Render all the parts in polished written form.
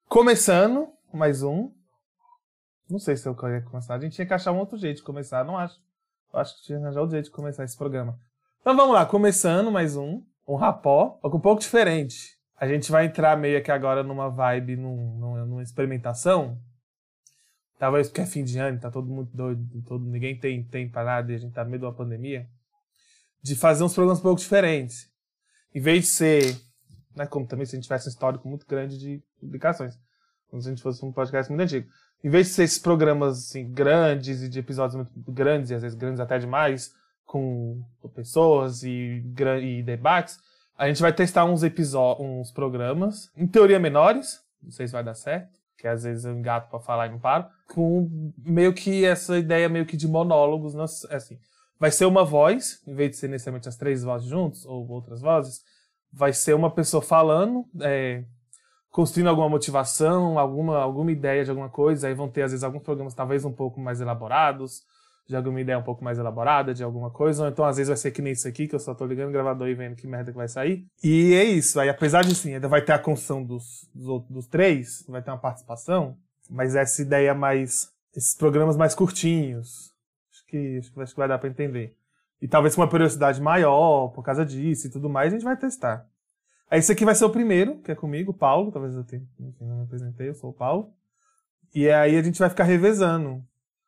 Começando, mais um. Não sei se eu queria começar. A gente tinha que achar um outro jeito de começar, não acho. Eu acho que tinha que arranjar outro jeito de começar esse programa. Então vamos lá, começando mais um rapó, um pouco diferente. A gente vai entrar meio que agora numa vibe, numa experimentação. Talvez porque é fim de ano, tá todo mundo doido, ninguém tem parada e a gente tá no meio de uma pandemia. De fazer uns programas um pouco diferentes. Em vez de ser, né, como também se a gente tivesse um histórico muito grande de publicações. Como se a gente fosse um podcast muito antigo. Em vez de ser esses programas assim, grandes e de episódios muito grandes, e às vezes grandes até demais, com pessoas e debates, a gente vai testar uns programas, em teoria menores, não sei se vai dar certo, que às vezes eu engato pra falar e não paro, com meio que essa ideia meio que de monólogos, não, assim, vai ser uma voz, em vez de ser necessariamente as três vozes juntos, ou outras vozes, vai ser uma pessoa falando, construindo alguma motivação, alguma ideia de alguma coisa, aí vão ter, às vezes, alguns programas talvez um pouco mais elaborados, de alguma ideia um pouco mais elaborada, de alguma coisa, ou então, às vezes, vai ser que nem isso aqui, que eu só tô ligando o gravador e vendo que merda que vai sair. E é isso, aí, apesar de, sim, ainda vai ter a construção dos três, vai ter uma participação, mas essa ideia mais, esses programas mais curtinhos, acho que vai dar pra entender. E talvez com uma periodicidade maior, por causa disso e tudo mais, a gente vai testar. Aí esse aqui vai ser o primeiro, que é comigo, Paulo. Talvez eu tenha, enfim, não me apresentei, eu sou o Paulo. E aí a gente vai ficar revezando.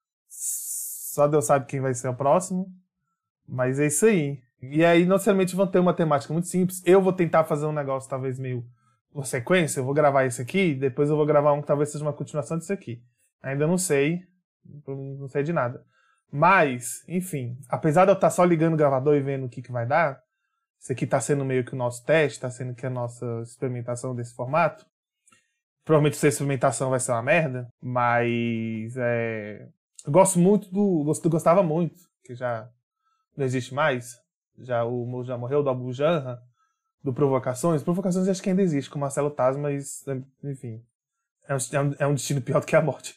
Só Deus sabe quem vai ser o próximo. Mas é isso aí. E aí, não necessariamente vão ter uma temática muito simples. Eu vou tentar fazer um negócio talvez meio uma sequência. Eu vou gravar esse aqui, depois eu vou gravar um que talvez seja uma continuação desse aqui. Ainda não sei. Não sei de nada. Mas, enfim, apesar de eu estar só ligando o gravador e vendo o que vai dar, isso aqui está sendo meio que o nosso teste, está sendo que a nossa experimentação desse formato. Provavelmente essa experimentação vai ser uma merda, mas eu gosto muito gostava muito, que já não existe mais, já morreu, do Abu Janra, do Provocações. Provocações acho que ainda existe, com o Marcelo Taz, mas, enfim, é um destino pior do que a morte.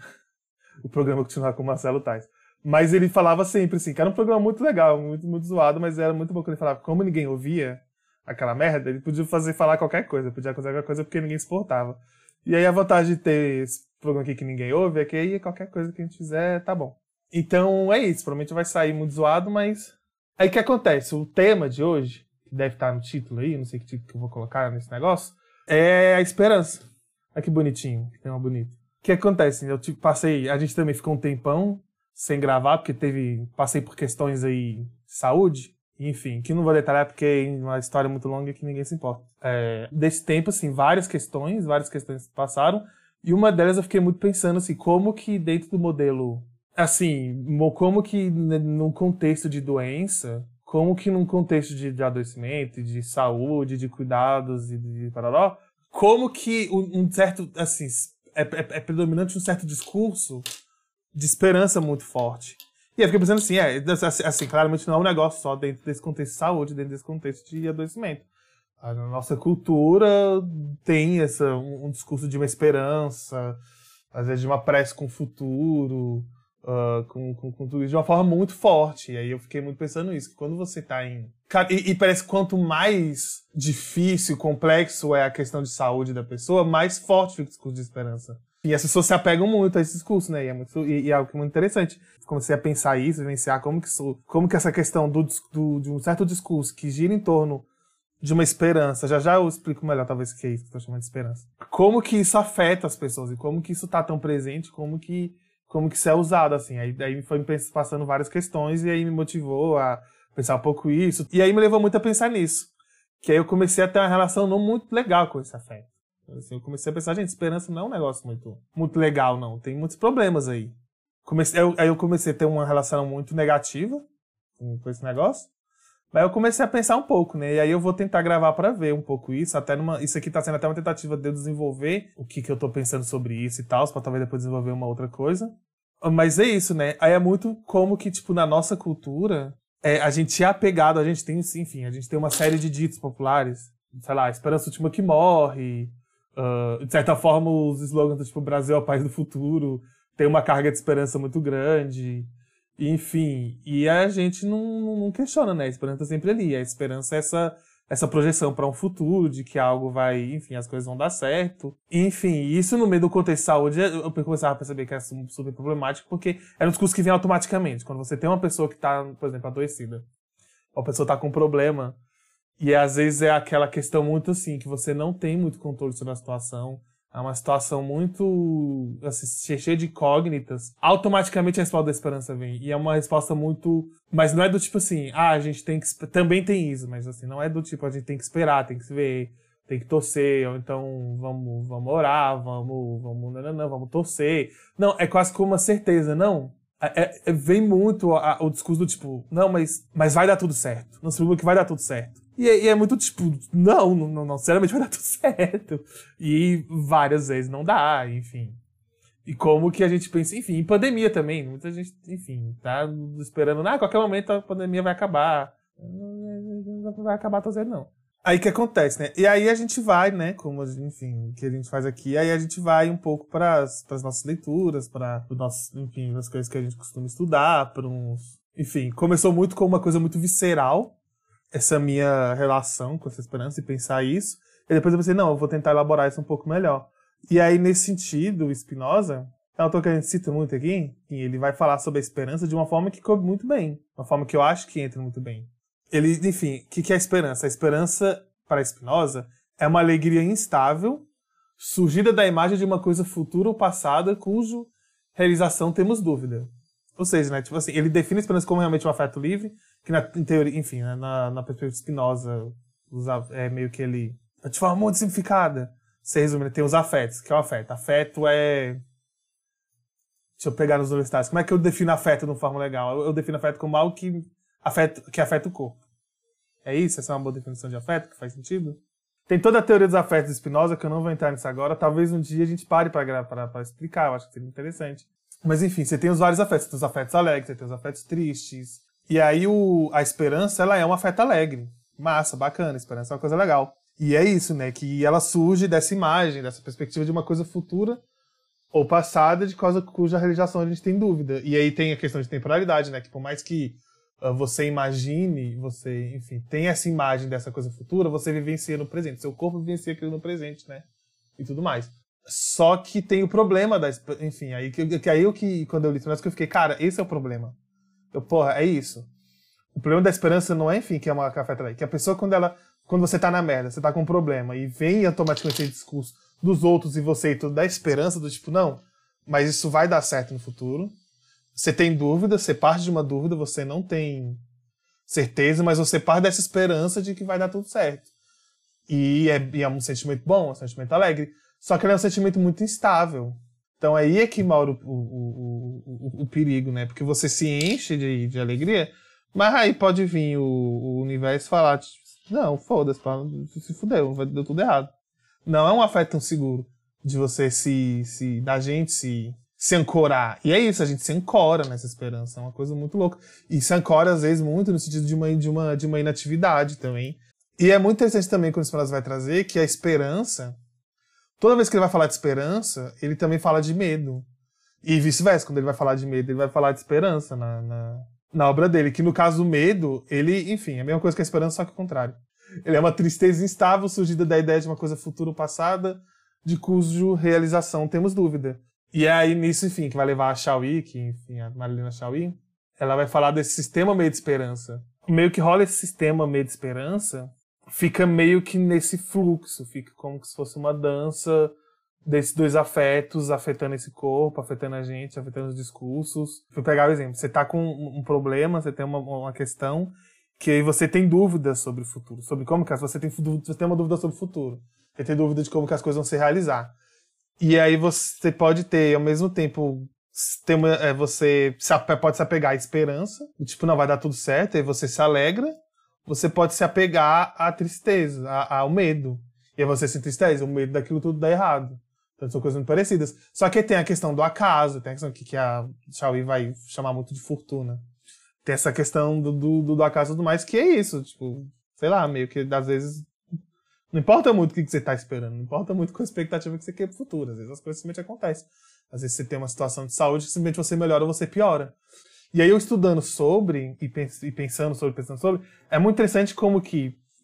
O programa continuar com o Marcelo Taz. Mas ele falava sempre assim, que era um programa muito legal, muito, muito zoado, mas era muito bom quando ele falava, como ninguém ouvia aquela merda, ele podia falar qualquer coisa, podia fazer qualquer coisa porque ninguém se importava. E aí a vantagem de ter esse programa aqui que ninguém ouve é que aí qualquer coisa que a gente fizer, tá bom. Então é isso, provavelmente vai sair muito zoado, mas... Aí o que acontece? O tema de hoje, que deve estar no título aí, não sei que título que eu vou colocar nesse negócio, é a esperança. Olha que bonitinho, que tema bonito. O que acontece? Eu a gente também ficou um tempão sem gravar, porque passei por questões aí de saúde, enfim, que não vou detalhar porque é uma história muito longa que ninguém se importa. Desse tempo, assim, várias questões passaram, e uma delas eu fiquei muito pensando, assim, como que dentro do modelo, assim, como que num contexto de doença, como que num contexto de adoecimento, de saúde, de cuidados e de pararó, como que um certo, assim, é predominante um certo discurso de esperança muito forte. E eu fiquei pensando assim, claramente não é um negócio só dentro desse contexto de saúde, dentro desse contexto de adoecimento. A nossa cultura tem um discurso de uma esperança, às vezes de uma prece com o futuro, com tudo isso, de uma forma muito forte. E aí eu fiquei muito pensando nisso, que quando você tá e parece que quanto mais difícil, complexo é a questão de saúde da pessoa, mais forte fica o discurso de esperança. E as pessoas se apegam muito a esse discurso, né? E é algo muito interessante. Comecei a pensar isso, vivenciar como que essa questão de um certo discurso que gira em torno de uma esperança, já eu explico melhor talvez o que é isso que eu tô chamando de esperança. Como que isso afeta as pessoas e como que isso tá tão presente, como que isso é usado, assim. Aí foi me passando várias questões e aí me motivou a pensar um pouco isso. E aí me levou muito a pensar nisso. Que aí eu comecei a ter uma relação não muito legal com esse afeto. Assim, eu comecei a pensar, gente, esperança não é um negócio muito legal, não. Tem muitos problemas aí. Aí eu comecei a ter uma relação muito negativa com esse negócio. Aí eu comecei a pensar um pouco, né? E aí eu vou tentar gravar pra ver um pouco isso. Isso aqui tá sendo até uma tentativa de eu desenvolver o que eu tô pensando sobre isso e tal, pra talvez depois desenvolver uma outra coisa. Mas é isso, né? Aí é muito como que, tipo, na nossa cultura, a gente é apegado, a gente tem uma série de ditos populares. Sei lá, esperança última que morre. De certa forma, os slogans tipo Brasil é o país do futuro tem uma carga de esperança muito grande, enfim, e a gente não questiona, né? A esperança tá sempre ali, a esperança é essa projeção para um futuro, de que algo vai, enfim, as coisas vão dar certo. Enfim, isso no meio do contexto de saúde, eu começava a perceber que é super problemático, porque é um discurso que vem automaticamente. Quando você tem uma pessoa que tá, por exemplo, adoecida, ou a pessoa tá com um problema, e às vezes é aquela questão muito assim, que você não tem muito controle sobre a situação, é uma situação muito assim, cheia de incógnitas, automaticamente a resposta da esperança vem. E é uma resposta muito... Mas não é do tipo assim, a gente tem que... Também tem isso, mas assim, não é do tipo, a gente tem que esperar, tem que se ver, tem que torcer, ou então vamos orar, vamos torcer. Não, é quase como uma certeza, não. Vem muito o discurso do tipo, não, mas vai dar tudo certo. Não se preocupe que vai dar tudo certo. E é muito tipo, não, sinceramente vai dar tudo certo. E várias vezes não dá, enfim. E como que a gente pensa, enfim, em pandemia também. Muita gente, enfim, tá esperando, a qualquer momento a pandemia vai acabar. Não vai acabar tão cedo, não. Aí o que acontece, né? E aí a gente vai, né, como, enfim, o que a gente faz aqui, aí a gente vai um pouco para as nossas leituras, para os nossos, enfim, as coisas que a gente costuma estudar, para uns... Enfim, começou muito com uma coisa muito visceral, essa minha relação com essa esperança e pensar isso. E depois eu pensei, não, eu vou tentar elaborar isso um pouco melhor. E aí, nesse sentido, o Spinoza, é um autor que a gente cita muito aqui, e ele vai falar sobre a esperança de uma forma que coube muito bem. Uma forma que eu acho que entra muito bem. Ele, enfim, o que é a esperança? A esperança, para Spinoza, é uma alegria instável, surgida da imagem de uma coisa futura ou passada, cujo realização temos dúvida. Ou seja, né, tipo assim, ele define a esperança como realmente um afeto livre, que em teoria, enfim, né, na perspectiva de Spinoza, é meio que ele... De forma muito simplificada, você resume, né, tem os afetos. Que é o afeto? Afeto é... Deixa eu pegar nos universitários. Como é que eu defino afeto de uma forma legal? Eu defino afeto como algo que afeta o corpo. É isso? Essa é uma boa definição de afeto, que faz sentido? Tem toda a teoria dos afetos de Spinoza, que eu não vou entrar nisso agora. Talvez um dia a gente pare para explicar, eu acho que seria interessante. Mas enfim, você tem os vários afetos. Você tem os afetos alegres, você tem os afetos tristes. E aí a esperança, ela é um afeto alegre. Massa, bacana, a esperança é uma coisa legal. E é isso, né, que ela surge dessa imagem, dessa perspectiva de uma coisa futura ou passada, de coisa cuja realização a gente tem dúvida. E aí tem a questão de temporalidade, né, que por mais que você imagine, você, enfim, tem essa imagem dessa coisa futura, você vivencia no presente. Seu corpo vivencia aquilo no presente, né, e tudo mais. Só que tem o problema enfim, quando eu li isso, que eu fiquei, cara, esse é o problema. Porra, é isso. O problema da esperança não é, enfim, que é uma cafeta aí, que a pessoa, quando você tá na merda, você tá com um problema, e vem automaticamente esse discurso dos outros e você e tudo, da esperança, do tipo, não, mas isso vai dar certo no futuro. Você tem dúvida, você parte de uma dúvida, você não tem certeza, mas você parte dessa esperança de que vai dar tudo certo. E é um sentimento bom, é um sentimento alegre. Só que ele é um sentimento muito instável. Então aí é que mora o perigo, né? Porque você se enche de alegria, mas aí pode vir o universo falar, tipo, não, foda-se, se fudeu, deu tudo errado. Não é um afeto tão seguro de você da gente se ancorar. E é isso, a gente se ancora nessa esperança, é uma coisa muito louca. E se ancora, às vezes, muito no sentido de uma inatividade também. E é muito interessante também quando o Spinoza vai trazer que a esperança, toda vez que ele vai falar de esperança, ele também fala de medo. E vice-versa, quando ele vai falar de medo, ele vai falar de esperança na obra dele. Que no caso do medo, ele, enfim, é a mesma coisa que a esperança, só que o contrário. Ele é uma tristeza instável surgida da ideia de uma coisa futura ou passada, de cujo realização temos dúvida. E é aí nisso, enfim, que vai levar a Chauí, que, enfim, a Marilena Chauí, ela vai falar desse sistema meio de esperança. Meio que rola esse sistema meio de esperança, fica meio que nesse fluxo, fica como se fosse uma dança desses dois afetos, afetando esse corpo, afetando a gente, afetando os discursos. Vou pegar o exemplo, você tá com um problema, você tem uma questão, que aí você tem dúvidas sobre o futuro, sobre como que você tem uma dúvida sobre o futuro, você tem dúvida de como que as coisas vão se realizar. E aí você pode ter, ao mesmo tempo, você pode se apegar à esperança, tipo, não, vai dar tudo certo, aí você se alegra. Você pode se apegar à tristeza, ao medo. E aí você se entristece, o medo daquilo tudo dar errado. Então são coisas muito parecidas. Só que tem a questão do acaso, tem a questão que a Chauí vai chamar muito de fortuna. Tem essa questão do acaso e tudo mais, que é isso, tipo, sei lá, meio que às vezes não importa muito o que você tá esperando, não importa muito com a expectativa que você quer pro futuro. Às vezes as coisas simplesmente acontecem. Às vezes você tem uma situação de saúde que simplesmente você melhora ou você piora. E aí eu estudando sobre, e pensando sobre, é muito interessante como que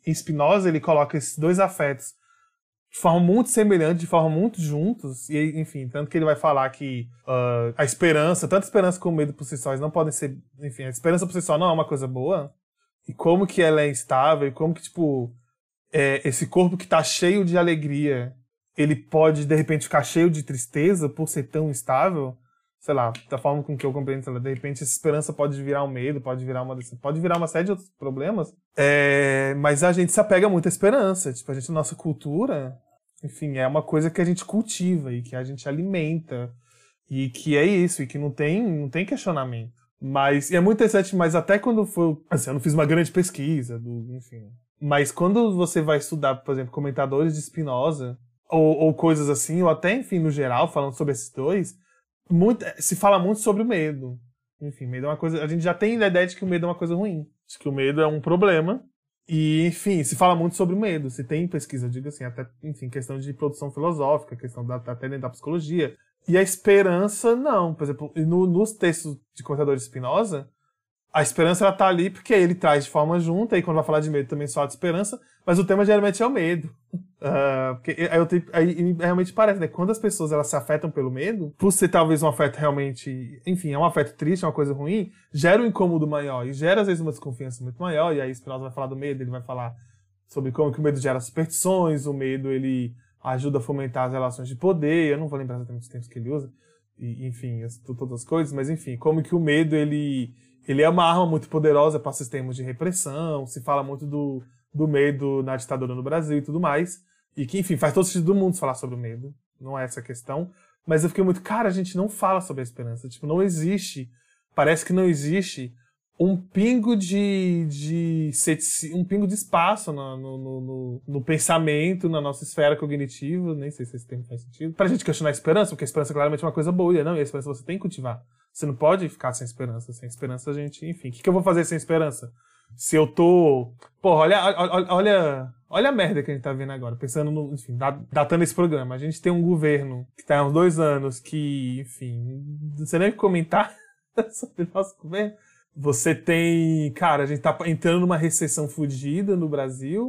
em Spinoza ele coloca esses dois afetos de forma muito semelhante, de forma muito juntos, e enfim, tanto que ele vai falar que a esperança, tanto a esperança como o medo por si só, eles não podem ser, enfim, a esperança por si só não é uma coisa boa, e como que ela é instável, e como que, tipo, esse corpo que tá cheio de alegria, ele pode, de repente, ficar cheio de tristeza por ser tão instável, sei lá, da forma com que eu compreendo, sei lá, de repente essa esperança pode virar um medo, pode virar uma série de outros problemas, mas a gente se apega muito à esperança, tipo, a gente, nossa cultura, enfim, é uma coisa que a gente cultiva e que a gente alimenta, e que é isso, e que não tem questionamento. Mas, e é muito interessante, mas até quando foi, assim, eu não fiz uma grande pesquisa, enfim, mas quando você vai estudar, por exemplo, comentadores de Spinoza, ou coisas assim, ou até, enfim, no geral, falando sobre esses dois, se fala muito sobre o medo. Enfim, medo é uma coisa... A gente já tem a ideia de que o medo é uma coisa ruim. De que o medo é um problema. E, enfim, se fala muito sobre o medo. Se tem pesquisa, eu digo assim, até, enfim, questão de produção filosófica, questão até dentro da psicologia. E a esperança, não. Por exemplo, nos textos de comentadores de Spinoza, a esperança, ela tá ali porque ele traz de forma junta, e quando vai falar de medo também só de esperança, mas o tema geralmente é o medo. Porque aí realmente parece, né? Quando as pessoas elas se afetam pelo medo, por ser talvez um afeto realmente, enfim, é um afeto triste, é uma coisa ruim, gera um incômodo maior, e gera às vezes uma desconfiança muito maior, e aí Spinoza vai falar do medo, ele vai falar sobre como que o medo gera superstições, o medo ele ajuda a fomentar as relações de poder, eu não vou lembrar exatamente os termos que ele usa, e, enfim, todas as coisas, mas enfim, como que o medo ele é uma arma muito poderosa para sistemas de repressão, se fala muito do medo na ditadura no Brasil e tudo mais, e que, enfim, faz todo sentido do mundo falar sobre o medo, não é essa a questão, mas eu fiquei muito, cara, a gente não fala sobre a esperança, tipo, não existe, parece que não existe um pingo de espaço no pensamento, na nossa esfera cognitiva, nem sei se esse termo faz sentido, pra gente questionar a esperança, porque a esperança claramente é uma coisa boa, não, e a esperança você tem que cultivar. Você não pode ficar sem esperança. Sem esperança a gente, enfim, o que eu vou fazer sem esperança? Se eu tô... Porra, olha a merda que a gente tá vendo agora, pensando no, enfim, datando esse programa. A gente tem um governo que tá há uns 2 anos que, enfim, não sei nem o que comentar sobre o nosso governo. Você tem... Cara, a gente tá entrando numa recessão fodida no Brasil.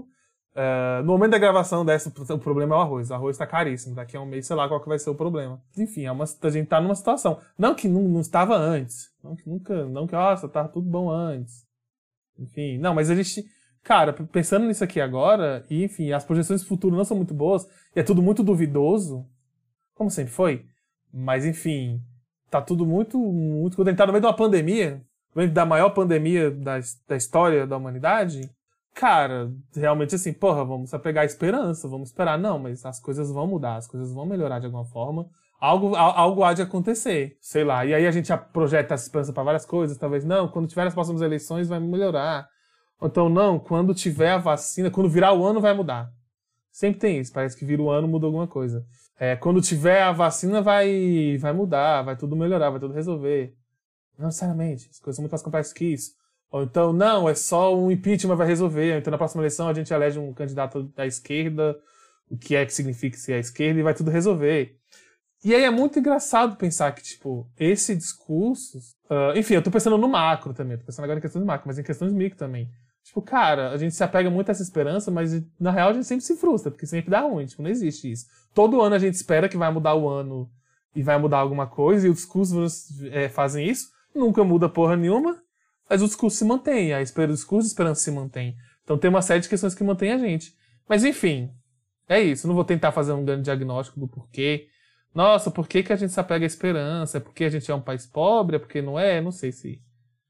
No momento da gravação dessa, o problema é o arroz. O arroz tá caríssimo. Daqui a um mês, sei lá qual que vai ser o problema. Enfim, a gente tá numa situação. Não que não estava antes. Não que nunca... Não que, nossa, tava tudo bom antes. Enfim, não, mas a gente... Cara, pensando nisso aqui agora, e enfim, as projeções do futuro não são muito boas, e é tudo muito duvidoso, como sempre foi. Mas, enfim, tá tudo muito... Quando a gente tá no meio de uma pandemia, no meio da maior pandemia da história da humanidade... Cara, realmente assim, porra, vamos apegar a esperança, vamos esperar. Não, mas as coisas vão mudar, as coisas vão melhorar de alguma forma. Algo há de acontecer, sei lá. E aí a gente projeta essa esperança para várias coisas, talvez, não, quando tiver as próximas eleições vai melhorar. Ou então, não, quando tiver a vacina, quando virar o ano vai mudar. Sempre tem isso, parece que vira o ano, muda alguma coisa. Quando tiver a vacina vai mudar, vai tudo melhorar, vai tudo resolver. Não necessariamente, as coisas são muito mais complexas que isso. Ou então, não, é só um impeachment vai resolver. Ou então, na próxima eleição, a gente elege um candidato da esquerda, o que é que significa ser a esquerda, e vai tudo resolver. E aí é muito engraçado pensar que, tipo, esse discurso... enfim, eu tô pensando no macro também. Tô pensando agora em questões macro, mas em questões micro também. Tipo, cara, a gente se apega muito a essa esperança, mas na real a gente sempre se frustra, porque sempre dá ruim. Tipo, não existe isso. Todo ano a gente espera que vai mudar o ano e vai mudar alguma coisa, e os discursos fazem isso. Nunca muda porra nenhuma. Mas o discurso se mantém, o discurso de esperança se mantém. Então tem uma série de questões que mantém a gente. Mas enfim, é isso. Eu não vou tentar fazer um grande diagnóstico do porquê. Nossa, por que a gente se apega à esperança? É porque a gente é um país pobre? É porque não é? Não sei se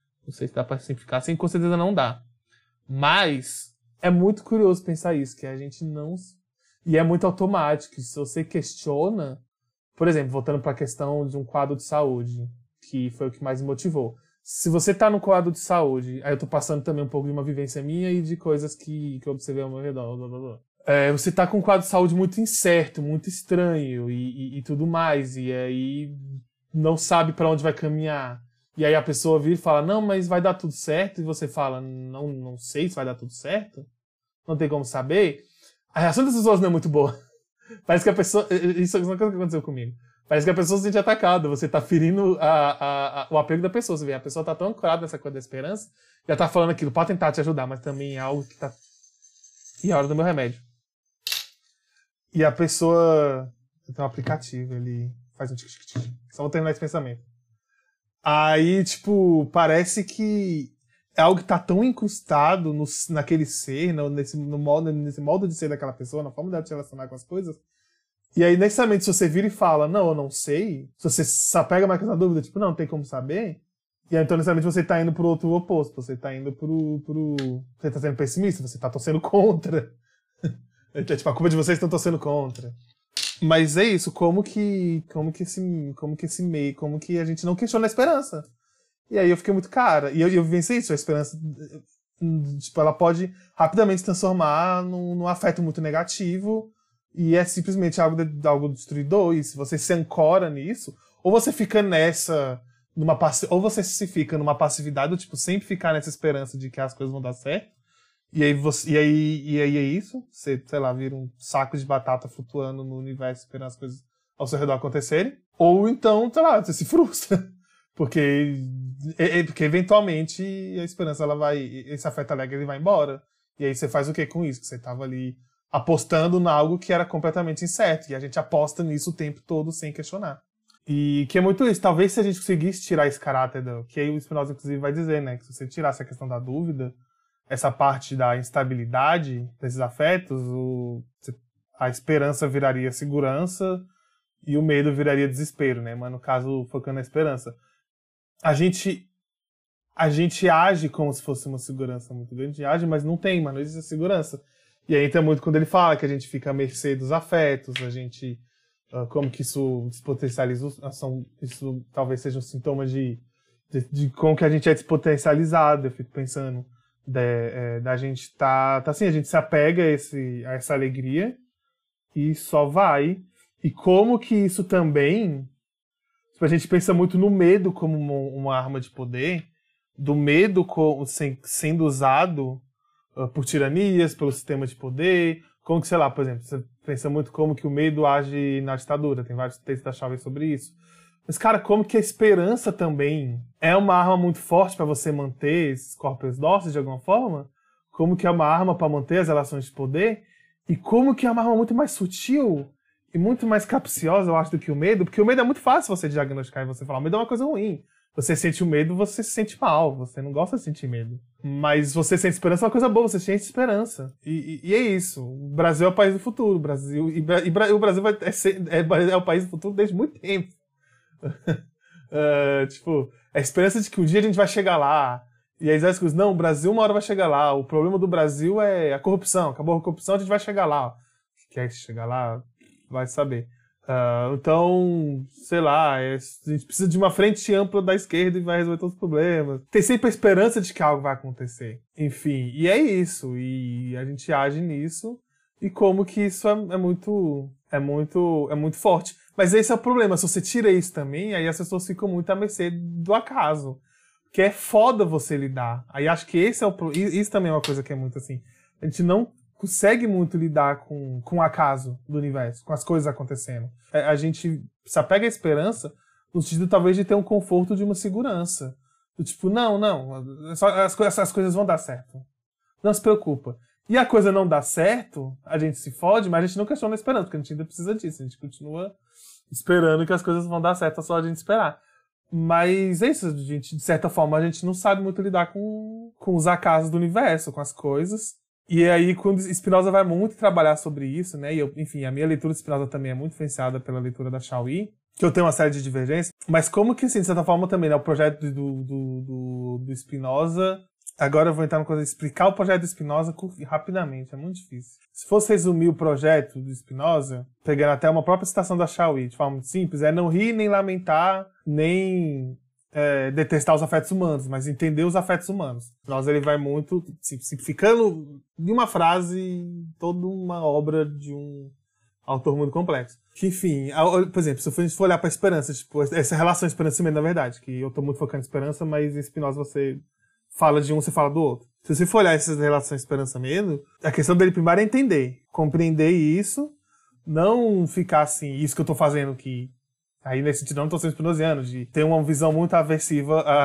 dá pra simplificar assim, com certeza não dá. Mas é muito curioso pensar isso, que a gente não... E é muito automático. Se você questiona... Por exemplo, voltando para a questão de um quadro de saúde, que foi o que mais me motivou. Se você tá no quadro de saúde, aí eu tô passando também um pouco de uma vivência minha e de coisas que eu observei ao meu redor, blá, blá, blá. Você tá com um quadro de saúde muito incerto, muito estranho e tudo mais, e aí não sabe para onde vai caminhar. E aí a pessoa vira e fala, não, mas vai dar tudo certo, e você fala, não sei se vai dar tudo certo, não tem como saber. A reação das pessoas não é muito boa. Parece que a pessoa... Isso é uma coisa que aconteceu comigo. Parece que a pessoa se sente atacada, você tá ferindo o apego da pessoa, você vê, a pessoa tá tão ancorada nessa coisa da esperança, já tá falando aquilo pra tentar te ajudar, mas também é algo que tá e a hora do meu remédio. E a pessoa tem um aplicativo, ele faz um tic-tic-tic. Só vou terminar esse pensamento. Aí, tipo, parece que é algo que tá tão incrustado naquele ser, nesse modo de ser daquela pessoa, na forma dela de se relacionar com as coisas. E aí, necessariamente, se você vira e fala, não, eu não sei, se você só pega mais na dúvida, tipo, não tem como saber, e aí, então, necessariamente, você tá indo pro outro oposto, você tá indo você tá sendo pessimista, você tá torcendo contra. Tipo, a culpa de vocês estão torcendo contra. Mas é isso, como que a gente não questiona a esperança. E aí eu fiquei muito, cara, e eu vivenciei isso, a esperança, tipo, ela pode rapidamente se transformar num afeto muito negativo, e é simplesmente algo destruidor, e se você se ancora nisso, ou você fica ou você se fica numa passividade, ou, tipo, sempre ficar nessa esperança de que as coisas vão dar certo, e aí é isso, você, sei lá, vira um saco de batata flutuando no universo esperando as coisas ao seu redor acontecerem, ou então, sei lá, você se frustra. Porque eventualmente a esperança, esse afeto alegre, ele vai embora. E aí você faz o que com isso? Que você tava ali apostando em algo que era completamente incerto. E a gente aposta nisso o tempo todo sem questionar. E que é muito isso. Talvez se a gente conseguisse tirar esse caráter, que aí o Spinoza inclusive vai dizer, né? Que se você tirasse a questão da dúvida, essa parte da instabilidade desses afetos, a esperança viraria segurança e o medo viraria desespero, né? Mas no caso, focando na esperança. A gente age como se fosse uma segurança muito grande, age, mas não existe segurança. E aí entra muito quando ele fala que a gente fica à mercê dos afetos, a gente, como que isso despotencializa, isso talvez seja um sintoma de como que a gente é despotencializado. Eu fico pensando, da gente tá assim, a gente se apega a essa alegria e só vai. E como que isso também... A gente pensa muito no medo como uma arma de poder, do medo sendo usado por tiranias, pelo sistema de poder, como que, sei lá, por exemplo, você pensa muito como que o medo age na ditadura, tem vários textos da Chávez sobre isso. Mas, cara, como que a esperança também é uma arma muito forte para você manter esses corpos dóceis de alguma forma, como que é uma arma para manter as relações de poder, e como que é uma arma muito mais sutil e muito mais capciosa, eu acho, do que o medo, porque o medo é muito fácil você diagnosticar e você falar, o medo é uma coisa ruim. Você sente o medo, você se sente mal, você não gosta de sentir medo. Mas você sente esperança é uma coisa boa, você sente esperança. E é isso. O Brasil é o país do futuro. O Brasil é o país do futuro desde muito tempo. Tipo, a esperança de que um dia a gente vai chegar lá. E aí as coisas, não, o Brasil uma hora vai chegar lá. O problema do Brasil é a corrupção. Acabou a corrupção, a gente vai chegar lá. Quer chegar lá? Vai saber. Então, sei lá, a gente precisa de uma frente ampla da esquerda e vai resolver todos os problemas. Tem sempre a esperança de que algo vai acontecer. Enfim, e é isso. E a gente age nisso. E como que isso é muito forte. Mas esse é o problema. Se você tira isso também, aí as pessoas ficam muito à mercê do acaso. Que é foda você lidar. Aí acho que esse é isso também é uma coisa que é muito assim. A gente não consegue muito lidar com o acaso do universo, com as coisas acontecendo. A gente se apega à esperança no sentido, talvez, de ter um conforto de uma segurança. Do tipo, não, as coisas vão dar certo. Não se preocupa. E a coisa não dá certo, a gente se fode, mas a gente não questiona a esperança, porque a gente ainda precisa disso. A gente continua esperando que as coisas vão dar certo, é só a gente esperar. Mas é isso, gente, de certa forma, a gente não sabe muito lidar com os acasos do universo, com as coisas. E aí, quando Spinoza vai muito trabalhar sobre isso, né? E enfim, a minha leitura de Spinoza também é muito influenciada pela leitura da Chauí, que eu tenho uma série de divergências. Mas como que, assim, de certa forma também, né? O projeto do Spinoza... Agora eu vou entrar no coisa de explicar o projeto do Spinoza rapidamente, é muito difícil. Se fosse resumir o projeto do Spinoza, pegando até uma própria citação da Chauí, de forma muito simples, é não rir, nem lamentar, nem... detestar os afetos humanos, mas entender os afetos humanos. Spinoza, ele vai muito simplificando em uma frase toda uma obra de um autor muito complexo. Que, enfim, por exemplo, se eu for olhar para a esperança, tipo, essa relação esperança e medo, na verdade, que eu estou muito focando em esperança, mas em Spinoza você fala de um, você fala do outro. Se você for olhar essas relações esperança e medo, a questão dele primeiro é entender, compreender isso, não ficar assim, isso que eu estou fazendo que... Aí, nesse sentido, não estou sendo spinoziano, de ter uma visão muito aversiva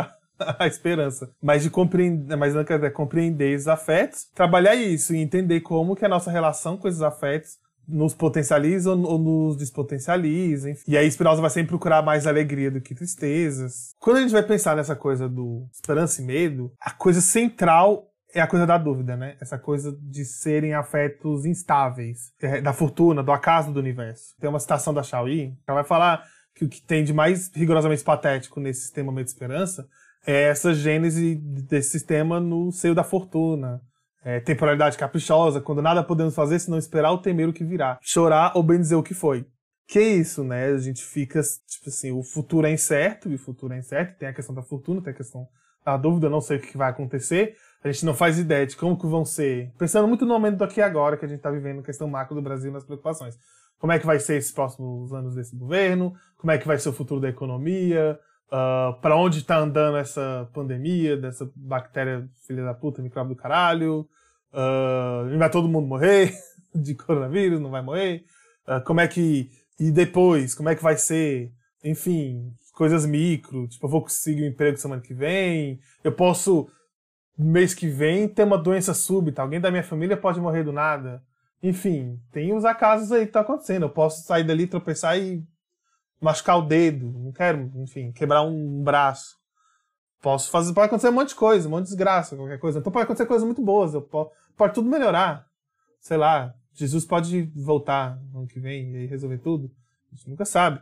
a esperança, mas de compreender, mas não quer dizer, compreender esses afetos, trabalhar isso e entender como que a nossa relação com esses afetos nos potencializa ou nos despotencializa. Enfim. E aí Spinoza vai sempre procurar mais alegria do que tristezas. Quando a gente vai pensar nessa coisa do esperança e medo, a coisa central é a coisa da dúvida, né? Essa coisa de serem afetos instáveis, da fortuna, do acaso do universo. Tem uma citação da Xiaoyi, que ela vai falar que o que tem de mais rigorosamente patético nesse sistema medo esperança é essa gênese desse sistema no seio da fortuna. Temporalidade caprichosa, quando nada podemos fazer senão esperar ou temer o que virá. Chorar ou bem dizer o que foi. Que isso, né? A gente fica, tipo assim, o futuro é incerto, e o futuro é incerto, tem a questão da fortuna, tem a questão da dúvida, eu não sei o que vai acontecer, a gente não faz ideia de como que vão ser. Pensando muito no momento do aqui e agora, que a gente tá vivendo, a questão macro do Brasil nas preocupações. Como é que vai ser esses próximos anos desse governo? Como é que vai ser o futuro da economia? Para onde está andando essa pandemia, dessa bactéria filha da puta, micróbio do caralho? Vai todo mundo morrer de coronavírus? Não vai morrer? Como é que... E depois, como é que vai ser? Enfim, coisas micro. Tipo, eu vou conseguir um emprego semana que vem? Eu posso, mês que vem, ter uma doença súbita. Alguém da minha família pode morrer do nada. Enfim, tem os acasos aí que estão acontecendo. Eu posso sair dali, tropeçar e machucar o dedo, não quero, enfim, quebrar um braço. Pode acontecer um monte de coisa, um monte de desgraça, qualquer coisa. Então pode acontecer coisas muito boas, pode tudo melhorar. Sei lá, Jesus pode voltar no ano que vem e aí resolver tudo. A gente nunca sabe.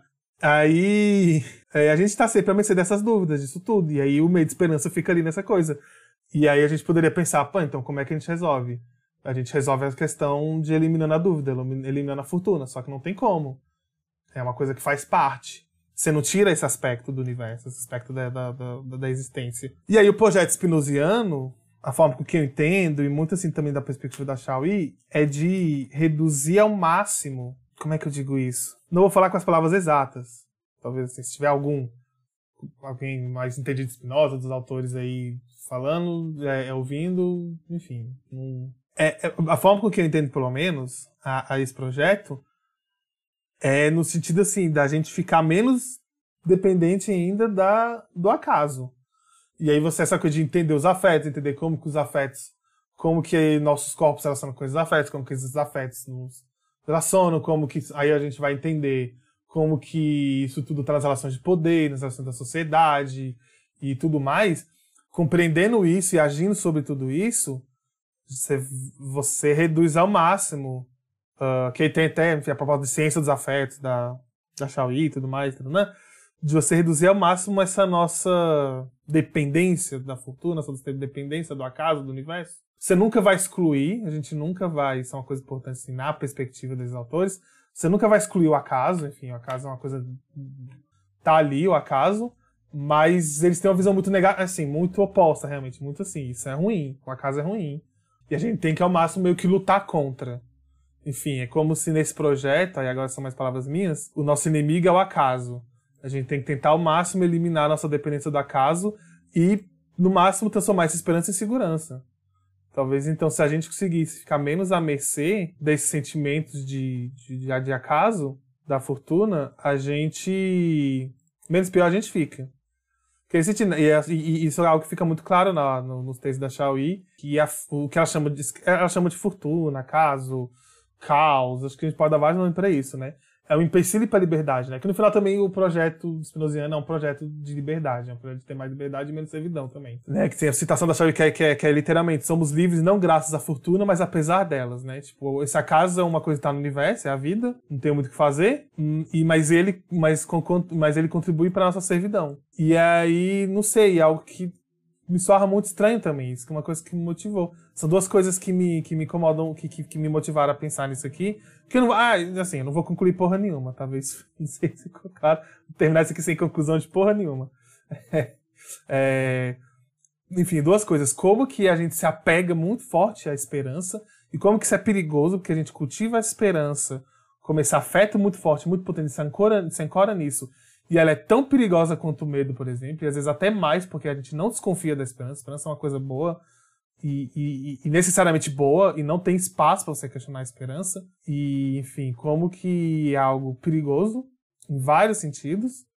Aí a gente tá sempre a mercê dessas dúvidas, disso tudo. E aí o medo de esperança fica ali nessa coisa. E aí a gente poderia pensar, pô, então como é que a gente resolve? A gente resolve a questão de eliminando a dúvida, eliminando a fortuna, só que não tem como. É uma coisa que faz parte. Você não tira esse aspecto do universo, esse aspecto da existência. E aí o projeto spinoziano, a forma com que eu entendo, e muito assim também da perspectiva da Xiaoyi, é de reduzir ao máximo... Como é que eu digo isso? Não vou falar com as palavras exatas. Talvez assim, se tiver alguém mais entendido de Spinoza, dos autores aí falando, ouvindo, enfim. A forma com que eu entendo, pelo menos, a esse projeto... É no sentido, assim, da gente ficar menos dependente ainda do acaso. E aí essa coisa de entender os afetos, entender como que os afetos, como que nossos corpos se relacionam com esses afetos, como que esses afetos nos relacionam, como que... Aí a gente vai entender como que isso tudo tá nas relações de poder, nas relações da sociedade e tudo mais. Compreendendo isso e agindo sobre tudo isso, você reduz ao máximo... que tem até, enfim, a proposta de ciência dos afetos da Xiaoyi e tudo mais, né? De você reduzir ao máximo essa nossa dependência da fortuna, essa nossa dependência do acaso, do universo. Você nunca vai excluir, a gente nunca vai, isso é uma coisa importante assim, na perspectiva desses autores, você nunca vai excluir o acaso, enfim, o acaso é uma coisa, tá ali o acaso, mas eles têm uma visão muito negativa, assim, muito oposta realmente, muito assim, isso é ruim, o acaso é ruim, e a gente tem que ao máximo meio que lutar contra. Enfim, é como se nesse projeto, aí agora são mais palavras minhas, o nosso inimigo é o acaso. A gente tem que tentar ao máximo eliminar a nossa dependência do acaso e, no máximo, transformar essa esperança em segurança. Talvez, então, se a gente conseguisse ficar menos à mercê desses sentimentos de acaso, da fortuna, a gente... menos pior a gente fica. E isso é algo que fica muito claro nos textos da Xiaoyi, que o que ela chama de fortuna, acaso... caos, acho que a gente pode dar vários nomes para isso, né? É um empecilho para a liberdade, né? Que no final também o projeto spinoziano é um projeto de liberdade, é um projeto de ter mais liberdade e menos servidão também. Né? Que tem a citação da Xiaoyi que é literalmente, somos livres não graças à fortuna, mas apesar delas, né? Tipo, esse acaso é uma coisa que está no universo, é a vida, não tem muito o que fazer, mas ele contribui para nossa servidão. E aí, não sei, é algo que me soa muito estranho também, isso que é uma coisa que me motivou. São duas coisas que me incomodam, que me motivaram a pensar nisso aqui. Que eu não, assim, eu não vou concluir porra nenhuma, talvez, não sei se ficou claro, terminar isso aqui sem conclusão de porra nenhuma. Enfim, duas coisas. Como que a gente se apega muito forte à esperança e como que isso é perigoso, porque a gente cultiva a esperança, como esse afeto muito forte, muito potente, se ancora nisso. E ela é tão perigosa quanto o medo, por exemplo, e às vezes até mais, porque a gente não desconfia da esperança. A esperança é uma coisa boa e necessariamente boa, e não tem espaço para você questionar a esperança. E, enfim, como que é algo perigoso, em vários sentidos,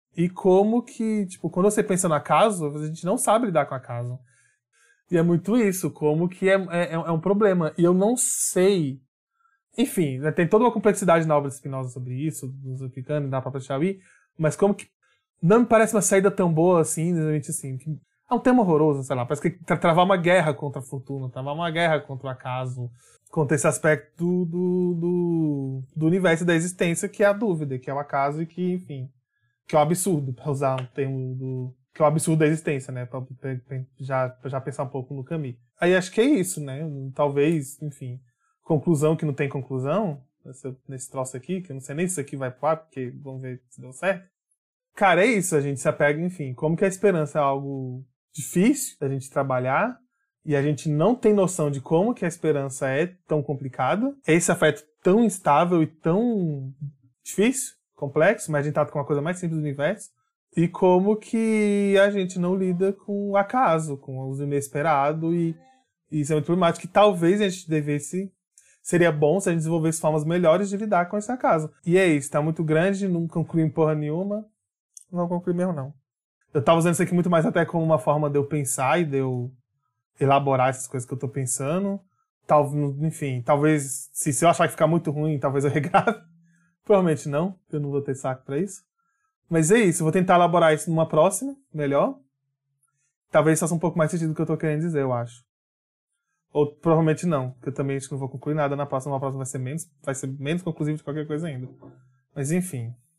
E como que, tipo, quando você pensa no acaso, a gente não sabe lidar com o acaso. E é muito isso, como que é um problema. E eu não sei... Enfim, né, tem toda uma complexidade na obra de Spinoza sobre isso, do Zurkicane, da própria Chauí, mas como que não me parece uma saída tão boa assim, exatamente assim. É um tema horroroso, sei lá, parece que travar uma guerra contra a fortuna, travar uma guerra contra o acaso, contra esse aspecto do universo da existência, que é a dúvida, que é o acaso e que, enfim, que é o absurdo, para usar um termo que é o absurdo da existência, né, pra já pensar um pouco no Camus. Aí acho que é isso, né, talvez, enfim, conclusão que não tem conclusão, nesse troço aqui, que eu não sei nem se isso aqui vai pro ar, porque vamos ver se deu certo. Cara, é isso, a gente se apega, enfim, como que a esperança é algo difícil da gente trabalhar, e a gente não tem noção de como que a esperança é tão complicada, é esse afeto tão instável e tão difícil, complexo, mas a gente tá com uma coisa mais simples do universo, e como que a gente não lida com o acaso, com o inesperado, e isso é muito problemático, que talvez a gente devesse... Seria bom se a gente desenvolvesse formas melhores de lidar com esse acaso. E é isso, tá muito grande, não conclui em porra nenhuma, não vou concluir mesmo não. Eu tava usando isso aqui muito mais até como uma forma de eu pensar e de eu elaborar essas coisas que eu tô pensando. Enfim, talvez, se eu achar que ficar muito ruim, talvez eu regrave. Provavelmente não, porque eu não vou ter saco pra isso. Mas é isso, eu vou tentar elaborar isso numa próxima, melhor. Talvez faça um pouco mais sentido do que eu tô querendo dizer, eu acho. Ou provavelmente não, porque eu também acho que não vou concluir nada na próxima. A próxima vai ser menos conclusivo de qualquer coisa ainda. Mas enfim.